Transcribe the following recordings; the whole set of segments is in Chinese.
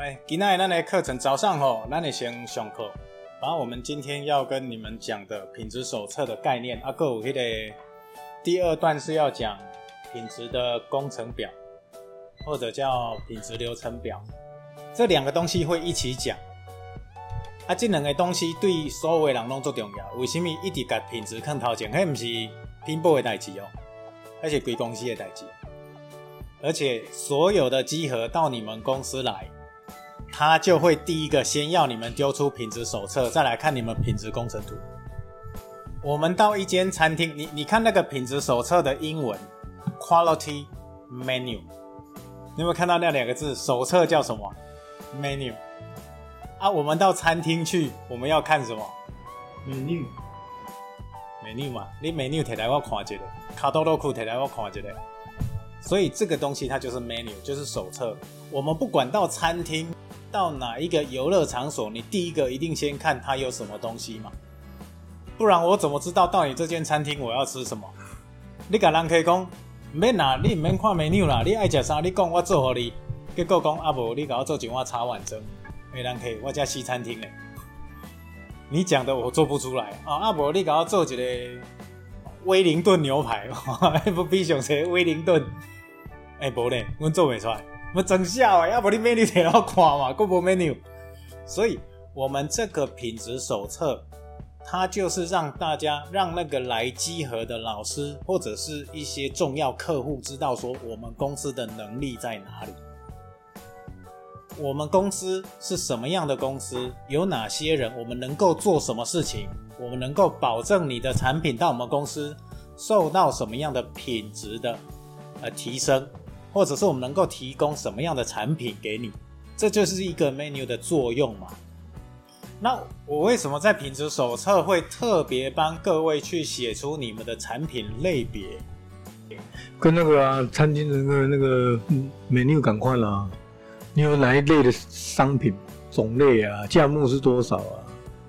今天咱的课程早上咱会先上课，把我们今天要跟你们讲的品质手册的概念，还有那个第二段是要讲品质的工程表，或者叫品质流程表，这两个东西会一起讲。这两个东西对所有的人都很重要，为什么一直把品质放头前？那不是品保的代志那是整公司的代志。而且所有的稽核到你们公司来，他就会第一个先要你们丢出品质手册，再来看你们品质工程图。我们到一间餐厅，你看那个品质手册的英文 Quality Menu， 你有没有看到那两个字？手册叫什么？ Menu。我们到餐厅去，我们要看什么？ Menu 嘛，你 Menu 拿来我看一下，卡多多库拿来我看一下。所以这个东西它就是 menu， 就是手册。我们不管到餐厅，到哪一个游乐场所，你第一个一定先看它有什么东西嘛，不然我怎么知道到你这间餐厅我要吃什么？你跟人可以讲，免啦，你不免看 menu 啦，你爱吃啥你讲我做给你，结果讲不你给我做一碗茶碗蒸，人可以我家西餐厅嘞，你讲的我做不出来不你给我做一个威灵顿牛排，FB 上写威灵顿，无咧，阮做袂出来，我真笑要不你 menu 摕来我看嘛，还无 menu。所以我们这个品质手册，它就是让大家让那个来稽核的老师或者是一些重要客户知道说我们公司的能力在哪里。我们公司是什么样的公司？有哪些人？我们能够做什么事情？我们能够保证你的产品到我们公司受到什么样的品质的提升，或者是我们能够提供什么样的产品给你？这就是一个 menu 的作用嘛。那我为什么在品质手册会特别帮各位去写出你们的产品类别？ 跟那个餐厅的那个 menu 赶快啦。你有哪一类的商品种类啊？价目是多少啊？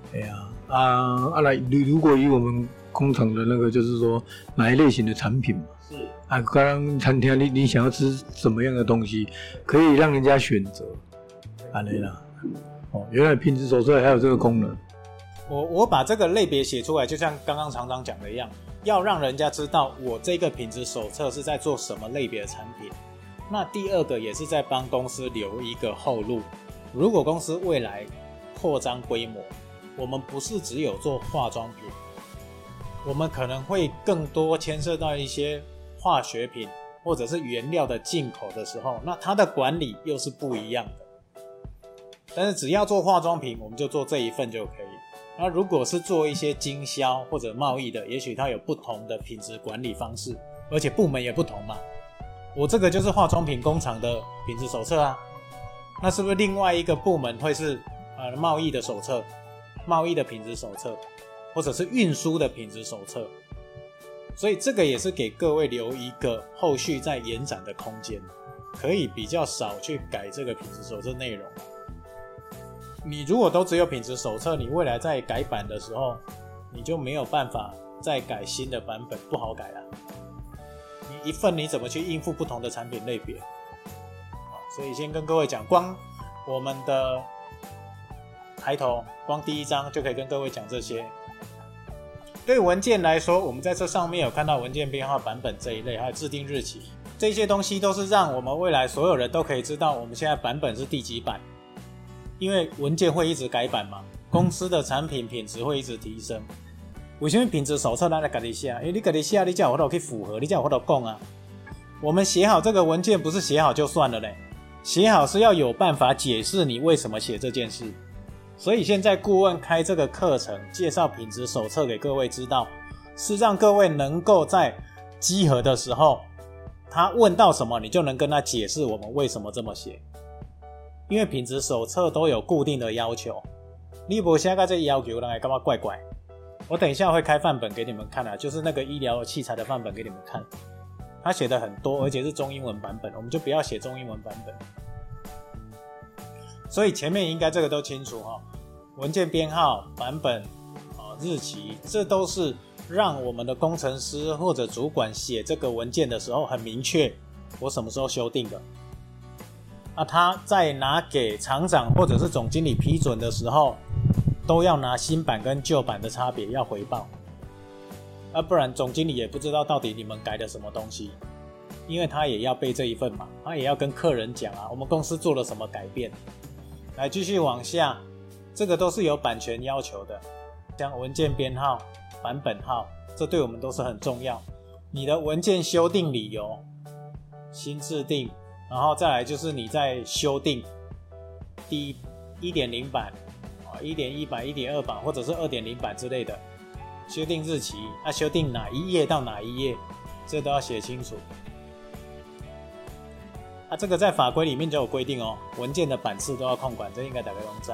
如果以我们工厂的那个，就是说哪一类型的产品嘛？是刚刚餐厅你想要吃什么样的东西，可以让人家选择，啦。原来品质手册还有这个功能。 我把这个类别写出来，就像刚刚厂长讲的一样，要让人家知道我这个品质手册是在做什么类别的产品。那第二个也是在帮公司留一个后路，如果公司未来扩张规模，我们不是只有做化妆品，我们可能会更多牵涉到一些化学品或者是原料的进口的时候，那它的管理又是不一样的。但是只要做化妆品，我们就做这一份就可以。那如果是做一些经销或者贸易的，也许它有不同的品质管理方式，而且部门也不同嘛。我这个就是化妆品工厂的品质手册啊，那是不是另外一个部门会是贸易的手册，贸易的品质手册，或者是运输的品质手册？所以这个也是给各位留一个后续再延展的空间，可以比较少去改这个品质手册内容。你如果都只有品质手册，你未来在改版的时候，你就没有办法再改新的版本，不好改啦。你一份你怎么去应付不同的产品类别？所以先跟各位讲，光我们的抬头，光第一章就可以跟各位讲这些。对文件来说，我们在这上面有看到文件编号版本这一类，还有制定日期，这些东西都是让我们未来所有人都可以知道我们现在版本是第几版，因为文件会一直改版嘛，公司的产品品质会一直提升。为什么品质手册咱来自己写？你自己写，你才有法度去符合，你才有法度讲啊。我们写好这个文件，不是写好就算了嘞，写好是要有办法解释你为什么写这件事。所以现在顾问开这个课程，介绍品质手册给各位知道，是让各位能够在稽核的时候，他问到什么，你就能跟他解释我们为什么这么写。因为品质手册都有固定的要求，你不写到这要求，人会感觉怪怪。我等一下会开范本给你们看就是那个医疗器材的范本给你们看，他写的很多，而且是中英文版本，我们就不要写中英文版本。所以前面应该这个都清楚文件编号、版本、日期，这都是让我们的工程师或者主管写这个文件的时候很明确，我什么时候修订的。 他在拿给厂长或者是总经理批准的时候，都要拿新版跟旧版的差别要回报，不然总经理也不知道到底你们改了什么东西，因为他也要背这一份嘛，他也要跟客人讲我们公司做了什么改变。来继续往下，这个都是有版权要求的，像文件编号、版本号，这对我们都是很重要。你的文件修订理由、新制定，然后再来就是你在修订第 1.0 版、1.1 版、1.2 版或者是 2.0 版之类的，修订日期，修订哪一页到哪一页，这都要写清楚。这个在法规里面就有规定文件的版次都要控管，这应该大家都知道。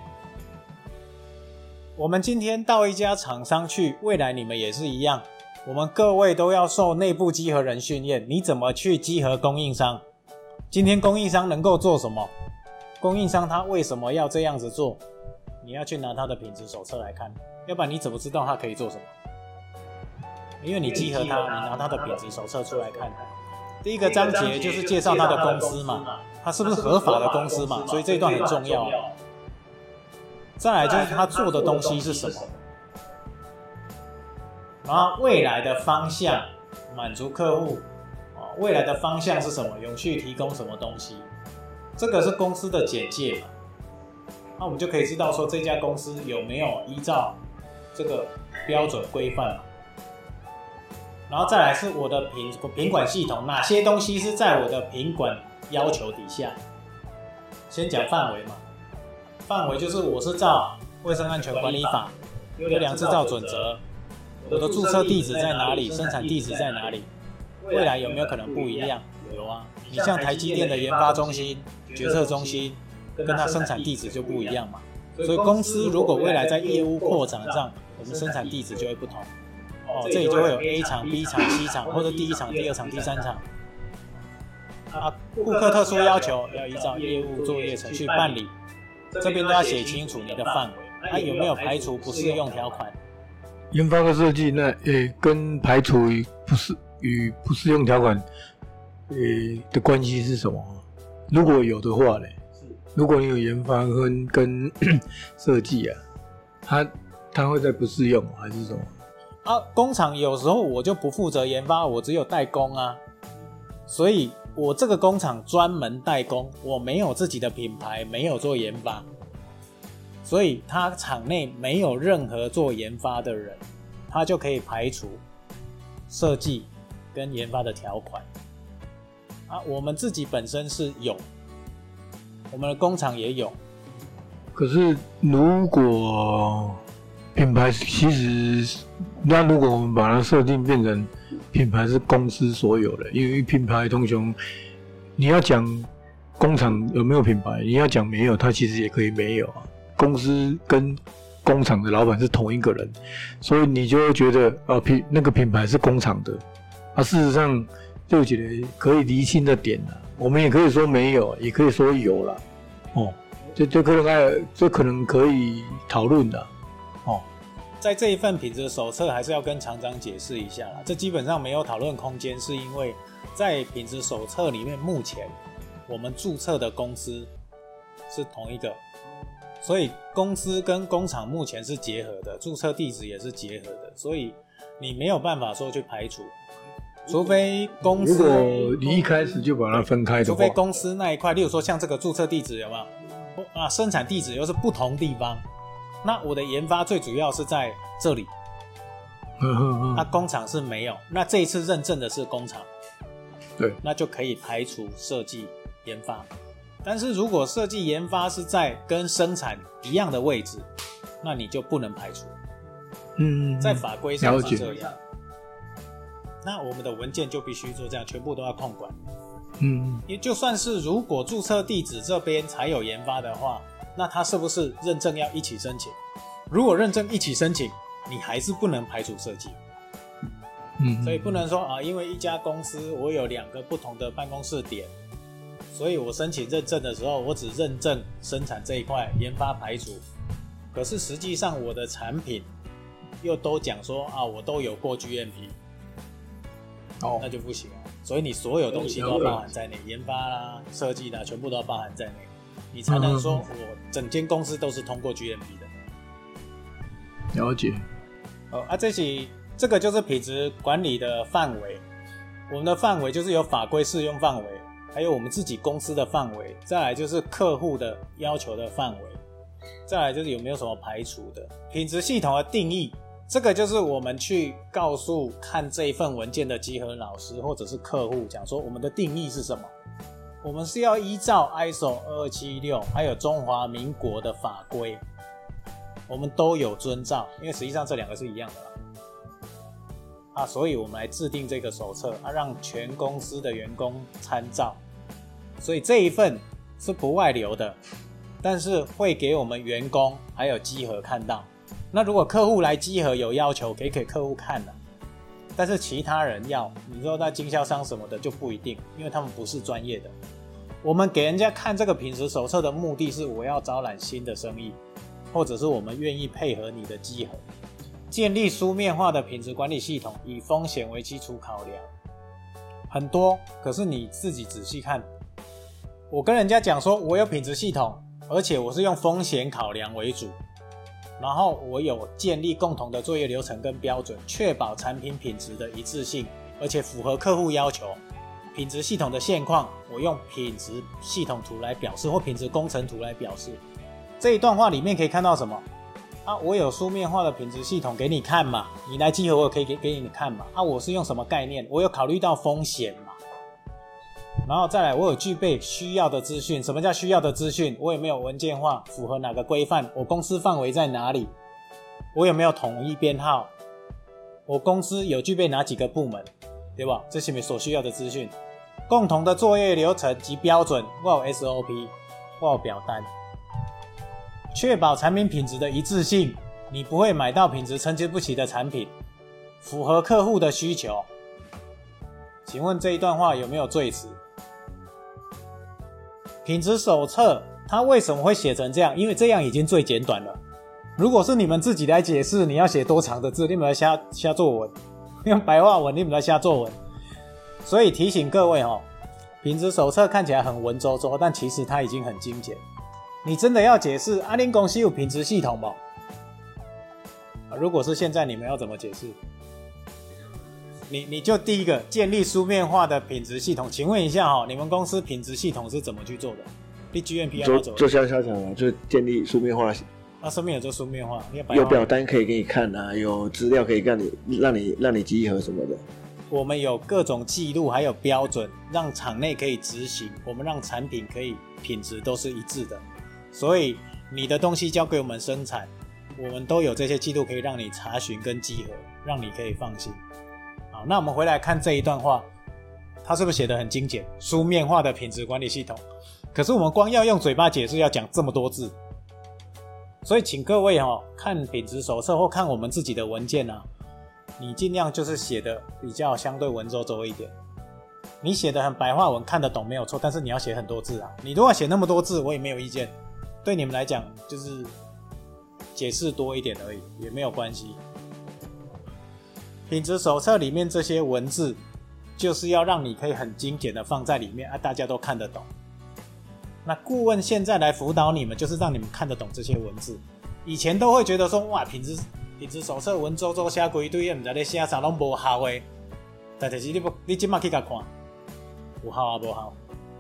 我们今天到一家厂商去，未来你们也是一样，我们各位都要受内部稽核人训练，你怎么去稽核供应商？今天供应商能够做什么？供应商他为什么要这样子做？你要去拿他的品质手册来看，要不然你怎么知道他可以做什么？因为你稽核他，你拿他的品质手册出来看。第一个章节就是介绍他的公司嘛，他是不是合法的公司嘛，所以这一段很重要。再来就是他做的东西是什么，然后未来的方向，满足客户未来的方向是什么，永续提供什么东西，这个是公司的简介嘛。那我们就可以知道说这家公司有没有依照这个标准规范嘛。然后再来是我的品管系统，哪些东西是在我的品管要求底下。先讲范围嘛，范围就是我是照卫生安全管理法、优良制造准则，我的注册地址在哪里，生产地址在哪里，未来有没有可能不一样？有啊，你像台积电的研发中心、决策中心，跟它生产地址就不一样嘛。所以公司如果未来在业务扩展上，我们生产地址就会不同。这里就会有 A 厂、B 厂、C 厂，或者第一厂、第二厂、第三厂。顾客特殊要求要依照业务作业程序办理，这边都要写清楚你的范围。有没有排除不适用条款？ 研发和设计那跟排除与不适用条款的关系是什么？如果有的话呢？如果你有研发跟设计它会在不适用还是什么？ 工厂有时候我就不负责研发，我只有代工所以我这个工厂专门代工，我没有自己的品牌，没有做研发，所以他厂内没有任何做研发的人，他就可以排除设计跟研发的条款。我们自己本身是有，我们的工厂也有。 可是如果品牌其实，那如果我们把它设定变成品牌是公司所有的，因为品牌通常你要讲工厂有没有品牌，你要讲没有，它其实也可以没有公司跟工厂的老板是同一个人，所以你就会觉得那个品牌是工厂的事实上就有几个可以厘清的点我们也可以说没有，也可以说有啦这可能可以讨论的在这一份品质手册还是要跟厂长解释一下啦，这基本上没有讨论空间，是因为在品质手册里面，目前我们注册的公司是同一个，所以公司跟工厂目前是结合的，注册地址也是结合的，所以你没有办法说去排除，除非公司， 如果你一开始就把它分开的话， 除非公司那一块，例如说像这个注册地址有没有生产地址又是不同地方，那我的研发最主要是在这里，工厂是没有，那这一次认证的是工厂， 对， 那就可以排除设计研发。但是如果设计研发是在跟生产一样的位置，那你就不能排除。在法规上是这样。那我们的文件就必须做这样，全部都要控管。也就算是如果注册地址这边才有研发的话，那它是不是认证要一起申请？如果认证一起申请，你还是不能排除设计。所以不能说因为一家公司我有2个不同的办公室点，所以我申请认证的时候，我只认证生产这一块，研发排除。可是实际上我的产品又都讲说我都有过 GMP，那就不行所以你所有东西都要包含在内，研发啦、设计啦，全部都要包含在内，你才能说我整间公司都是通过 GMP 的。 了解。 这个就是品质管理的范围。我们的范围就是有法规适用范围，还有我们自己公司的范围，再来就是客户的要求的范围，再来就是有没有什么排除的。品质系统的定义，这个就是我们去告诉看这一份文件的稽核老师或者是客户讲说我们的定义是什么。我们是要依照 ISO 2276还有中华民国的法规，我们都有遵照，因为实际上这两个是一样的啦。所以我们来制定这个手册让全公司的员工参照。所以这一份是不外流的，但是会给我们员工还有稽核看到。那如果客户来稽核有要求，可以给客户看了，但是其他人要，你说那经销商什么的就不一定，因为他们不是专业的。我们给人家看这个品质手册的目的是我要招揽新的生意，或者是我们愿意配合你的稽核，建立书面化的品质管理系统，以风险为基础考量。很多，可是你自己仔细看，我跟人家讲说我有品质系统，而且我是用风险考量为主，然后我有建立共同的作业流程跟标准，确保产品品质的一致性，而且符合客户要求。品质系统的现况，我用品质系统图来表示，或品质工程图来表示。这一段话里面可以看到什么？我有书面化的品质系统给你看嘛，你来稽核我可以给你看嘛。我是用什么概念？我有考虑到风险嘛。然后再来，我有具备需要的资讯。什么叫需要的资讯？我有没有文件化？符合哪个规范？我公司范围在哪里？我有没有统一编号？我公司有具备哪几个部门？对吧？这是你所需要的资讯。共同的作业流程及标准，我有 SOP， 我有表单。确保产品品质的一致性，你不会买到品质参差不齐的产品，符合客户的需求。请问这一段话有没有赘词？品质手册它为什么会写成这样？因为这样已经最简短了。如果是你们自己来解释，你要写多长的字，你们来瞎作文，用白话文你们来瞎作文。所以提醒各位品质手册看起来很文绉绉，但其实它已经很精简。你真的要解释恁公司有品质系统吗？如果是现在，你们要怎么解释？你就第一个建立书面化的品质系统。请问一下你们公司品质系统是怎么去做的？你 GMP 要怎么就像讲了，就建立书面化。 上面有做书面化， 有表单可以给你看啊，有资料可以让你稽核什么的。 我们有各种记录，还有标准，让厂内可以执行，我们让产品可以品质都是一致的。所以你的东西交给我们生产，我们都有这些记录可以让你查询跟稽核，让你可以放心。好，那我们回来看这一段话，它是不是写得很精简？书面化的品质管理系统。可是我们光要用嘴巴解释，要讲这么多字。所以请各位看品质手册或看我们自己的文件你尽量就是写的比较相对文绉绉一点。你写的很白话文，看得懂没有错，但是你要写很多字你如果写那么多字，我也没有意见。对你们来讲，就是解释多一点而已，也没有关系。品质手册里面这些文字，就是要让你可以很精简的放在里面大家都看得懂。那顾问现在来辅导你们，就是让你们看得懂这些文字。以前都会觉得说，哇，品质手册文绉绉写规堆，唔知咧写啥拢无效的。但是你现在去甲看，有效啊，无效。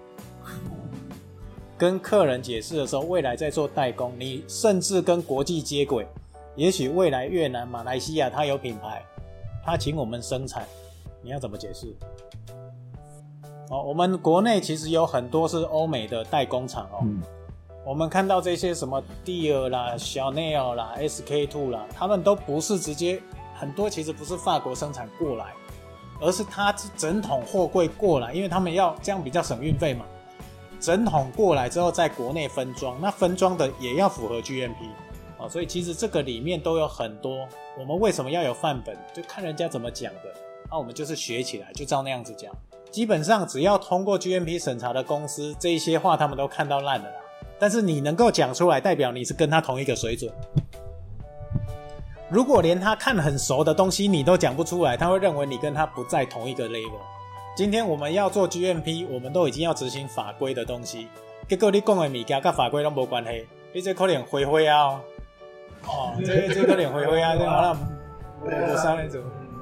跟客人解释的时候，未来在做代工，你甚至跟国际接轨。也许未来越南、马来西亚它有品牌，它请我们生产，你要怎么解释？我们国内其实有很多是欧美的代工厂我们看到这些什么 Dior 啦、Chanel 啦、SK2 啦，他们都不是直接，很多其实不是法国生产过来，而是它整桶货柜过来，因为他们要这样比较省运费嘛。整桶过来之后在国内分装，那分装的也要符合 GMP 所以其实这个里面都有很多。我们为什么要有范本？就看人家怎么讲的，我们就是学起来，就照那样子讲。基本上只要通过 GMP 审查的公司，这一些话他们都看到烂了啦。但是你能够讲出来，代表你是跟他同一个水准。如果连他看很熟的东西你都讲不出来，他会认为你跟他不在同一个 level。 今天我们要做 GMP， 我们都已经要执行法规的东西，结果你讲的物件跟法规都无关系，你这可能灰灰啊，这可能灰灰啊，这好像无啥那种。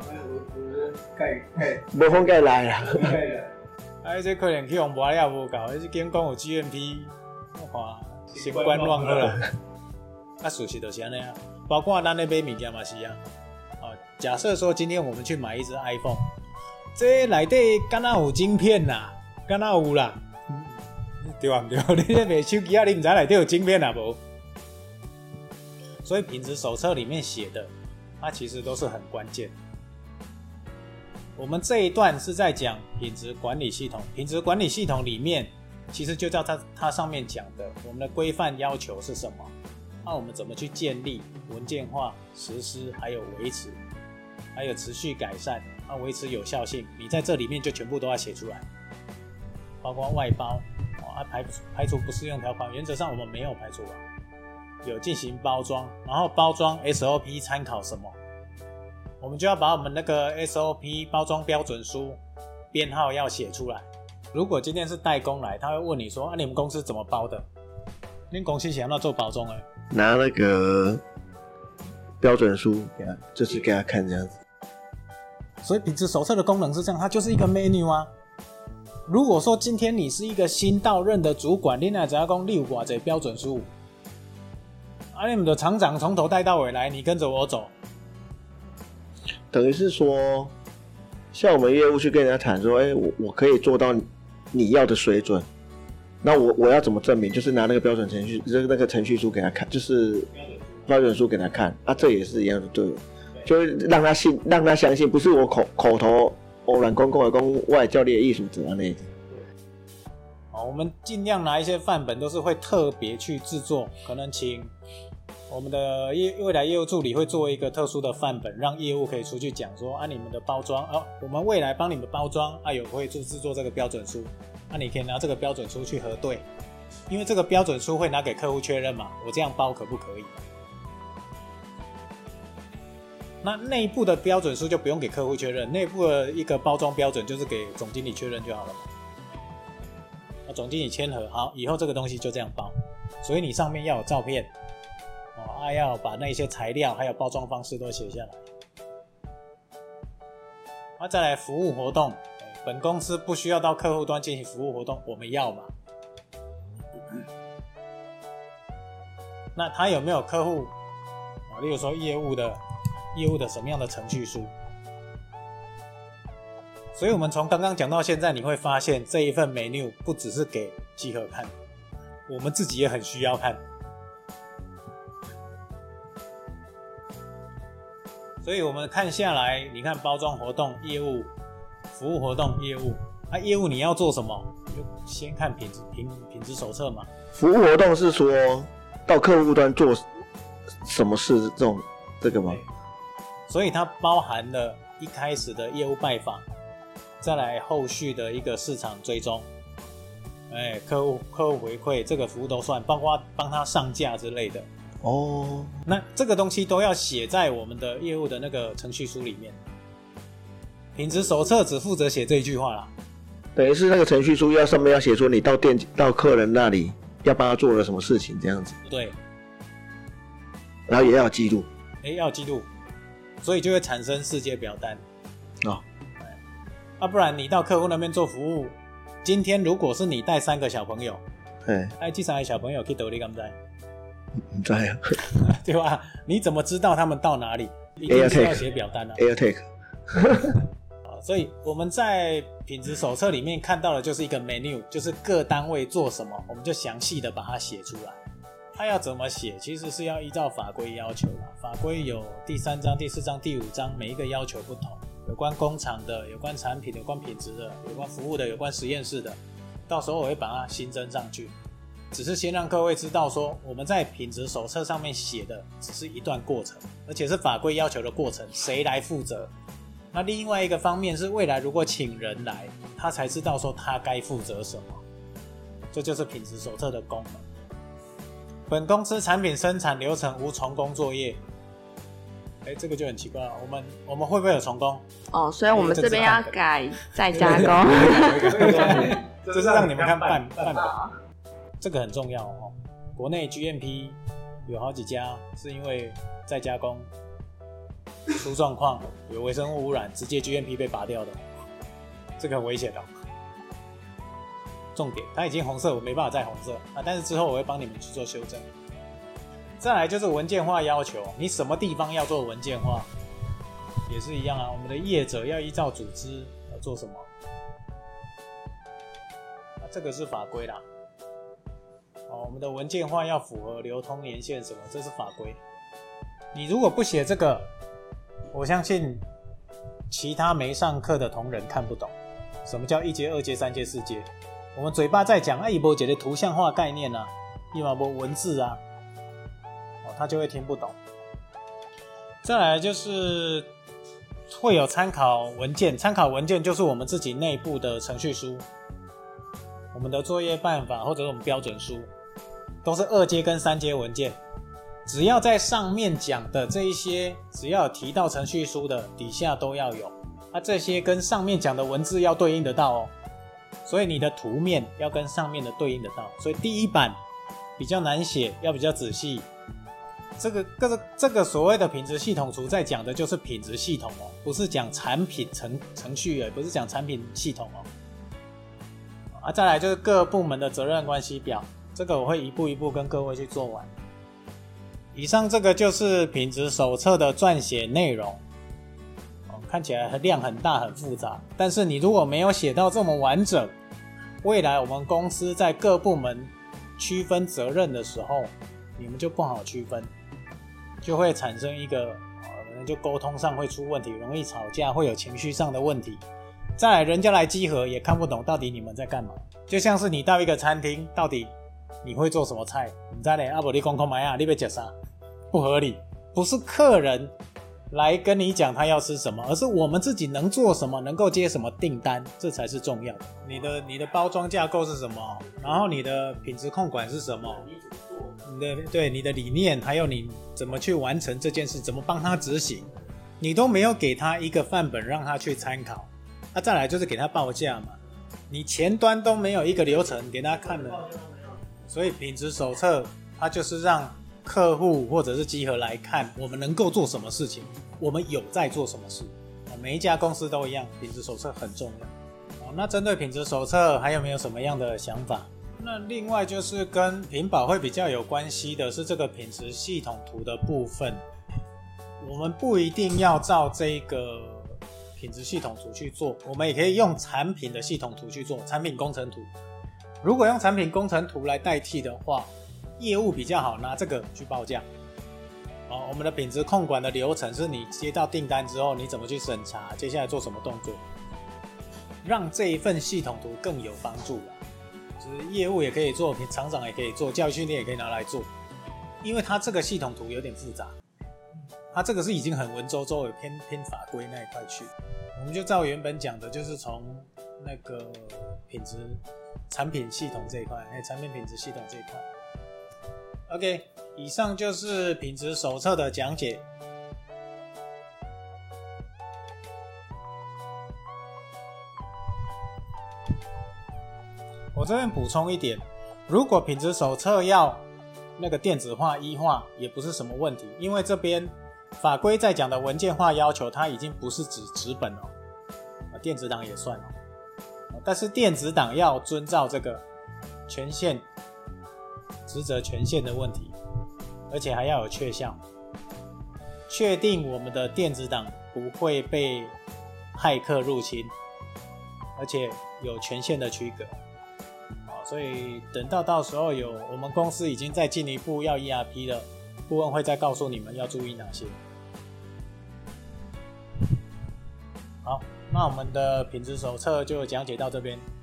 无风盖来啦。 这可能去用磨也无够，这间讲有 GMP， 我看习惯乱好啦。事实就是安尼啊，包括咱咧买物件嘛是啊。假设说今天我们去买一只 iPhone， 这内底敢若有晶片啦，敢若有啦，对啊？对，你咧卖手机啊，你唔知内底有晶片啊无？所以品质手册里面写的，它其实都是很关键。我们这一段是在讲品质管理系统，品质管理系统里面其实就照它上面讲的，我们的规范要求是什么？那我们怎么去建立、文件化、实施，还有维持，还有持续改善，维持有效性，你在这里面就全部都要写出来，包括外包，排除不适用条款，原则上我们没有排除啊，有进行包装，然后包装 SOP 参考什么？我们就要把我们那个 SOP 包装标准书编号要写出来。如果今天是代工来，他会问你说：“你们公司怎么包的？你们公司想要做包装的？” 拿那个标准书给他，就是给他看这样子。 所以品质手册的功能是这样，它就是一个 menu 啊。如果说今天你是一个新到任的主管，你哪知道说你有多少标准书？你们的厂长从头带到尾来，你跟着我走。 等于是说，像我们业务去跟人家谈说，我可以做到你要的水准，那我要怎么证明？就是拿那个标准程序，那个程序书给他看，就是标准书给他看啊，这也是一样的，对，就是让他信，让他相信，不是我口头软公共的公外教练的艺术者那样子。 我们尽量拿一些范本，都是会特别去制作，可能请我们的未来业务助理会做一个特殊的范本，让业务可以出去讲说你们的包装我们未来帮你们包装有会制作这个标准书，你可以拿这个标准书去核对，因为这个标准书会拿给客户确认嘛，我这样包可不可以？那内部的标准书就不用给客户确认，内部的一个包装标准就是给总经理确认就好了嘛。那总经理签核，好，以后这个东西就这样包，所以你上面要有照片。要把那些材料还有包装方式都写下来。再来服务活动，本公司不需要到客户端进行服务活动，我们要嘛？那他有没有客户例如说业务的什么样的程序书？所以我们从刚刚讲到现在，你会发现这一份 menu 不只是给集合看，我们自己也很需要看。所以我们看下来，你看包装活动、业务、服务活动、业务，业务你要做什么？你就先看品质手册嘛。 服务活动是说到客户端做什么事这个吗？ 所以它包含了一开始的业务拜访，再来后续的一个市场追踪，客户回馈，这个服务都算，包括帮他上架之类的。那这个东西都要写在我们的业务的那个程序书里面。品质手册只负责写这一句话啦， 等于是那个程序书上面要写说你到客人那里要帮他做了什么事情这样子。 对， 然后也要记录。 要记录，所以就会产生事件表单。不然你到客户那边做服务，今天如果是你带3个小朋友，这3个小朋友去哪里敢不知道？ 不知道啊， 对吧？你怎么知道他们到哪里？一定是要写表单啊。 AirTag 所以我们在品质手册里面看到的就是一个 menu， 就是各单位做什么，我们就详细的把它写出来。它要怎么写，其实是要依照法规要求的。法规有第3章、第4章、第5章，每一个要求不同，有关工厂的、有关产品的、有关品质的、有关服务的、有关实验室的，到时候我会把它新增上去。只是先让各位知道说，我们在品质手册上面写的只是一段过程，而且是法规要求的过程，谁来负责？那另外一个方面是，未来如果请人来，他才知道说他该负责什么，这就是品质手册的功能。本公司产品生产流程无重工作业， 这个就很奇怪了，我们会不会有重工？ 哦，所以我们这边要改再加工。 这是让你们看范本，这个很重要哦。国内 GMP 有好几家是因为再加工出状况，有微生物污染，直接 GMP 被拔掉的，这个很危险的。重点，它已经红色，我没办法再红色啊，但是之后我会帮你们去做修正。再来就是文件化要求，你什么地方要做文件化，也是一样啊。我们的业者要依照组织要做什么，这个是法规啦。我们的文件化要符合流通年限什么，这是法规。你如果不写这个，我相信其他没上课的同仁看不懂什么叫1阶、2阶、3阶、4阶。我们嘴巴在讲，也没有一个图像化概念啊，也没有文字啊，他就会听不懂。再来就是会有参考文件，参考文件就是我们自己内部的程序书，我们的作业办法或者我们标准书，都是2阶跟3阶文件。只要在上面讲的这一些，只要有提到程序书的，底下都要有。这些跟上面讲的文字要对应得到哦。所以你的图面要跟上面的对应得到。所以第一版比较难写，要比较仔细。这个所谓的品质系统图在讲的就是品质系统哦，不是讲产品程序，也不是讲产品系统哦。再来就是各部门的责任关系表，这个我会一步一步跟各位去做完。以上这个就是品质手册的撰写内容，看起来量很大很复杂，但是你如果没有写到这么完整，未来我们公司在各部门区分责任的时候，你们就不好区分，就会产生一个可能就沟通上会出问题，容易吵架，会有情绪上的问题。再来人家来集合也看不懂到底你们在干嘛，就像是你到一个餐厅，到底你会做什么菜？你在呢？不然你说看呀，你要吃啥？不合理。不是客人来跟你讲他要吃什么，而是我们自己能做什么，能够接什么订单，这才是重要的。你的包装架构是什么？然后你的品质控管是什么？你的理念，还有你怎么去完成这件事，怎么帮他执行，你都没有给他一个范本让他去参考。再来就是给他报价嘛，你前端都没有一个流程给他看的，所以品质手册它就是让客户或者是集合来看我们能够做什么事情，我们有在做什么事。每一家公司都一样，品质手册很重要。那针对品质手册还有没有什么样的想法？那另外就是跟品保会比较有关系的是这个品质系统图的部分，我们不一定要照这个品质系统图去做，我们也可以用产品的系统图去做，产品工程图。如果用产品工程图来代替的话，业务比较好拿这个去报价。我们的品质控管的流程是你接到订单之后你怎么去审查，接下来做什么动作，让这一份系统图更有帮助。就是业务也可以做，厂长也可以做，教育训练也可以拿来做。因为它这个系统图有点复杂，它这个是已经很文绉绉有偏法规那一块去。我们就照原本讲的，就是从那个品质产品系统这一块，产品品质系统这一块。OK， 以上就是品质手册的讲解。我这边补充一点，如果品质手册要那个电子化、e化，也不是什么问题，因为这边法规在讲的文件化要求，它已经不是指纸本了，电子档也算了。但是电子档要遵照这个权限、职责权限的问题，而且还要有确项，确定我们的电子档不会被骇客入侵，而且有权限的区隔。所以等到时候我们公司已经再进一步要 ERP 了，顾问会再告诉你们要注意哪些。好，那我们的品质手册就讲解到这边。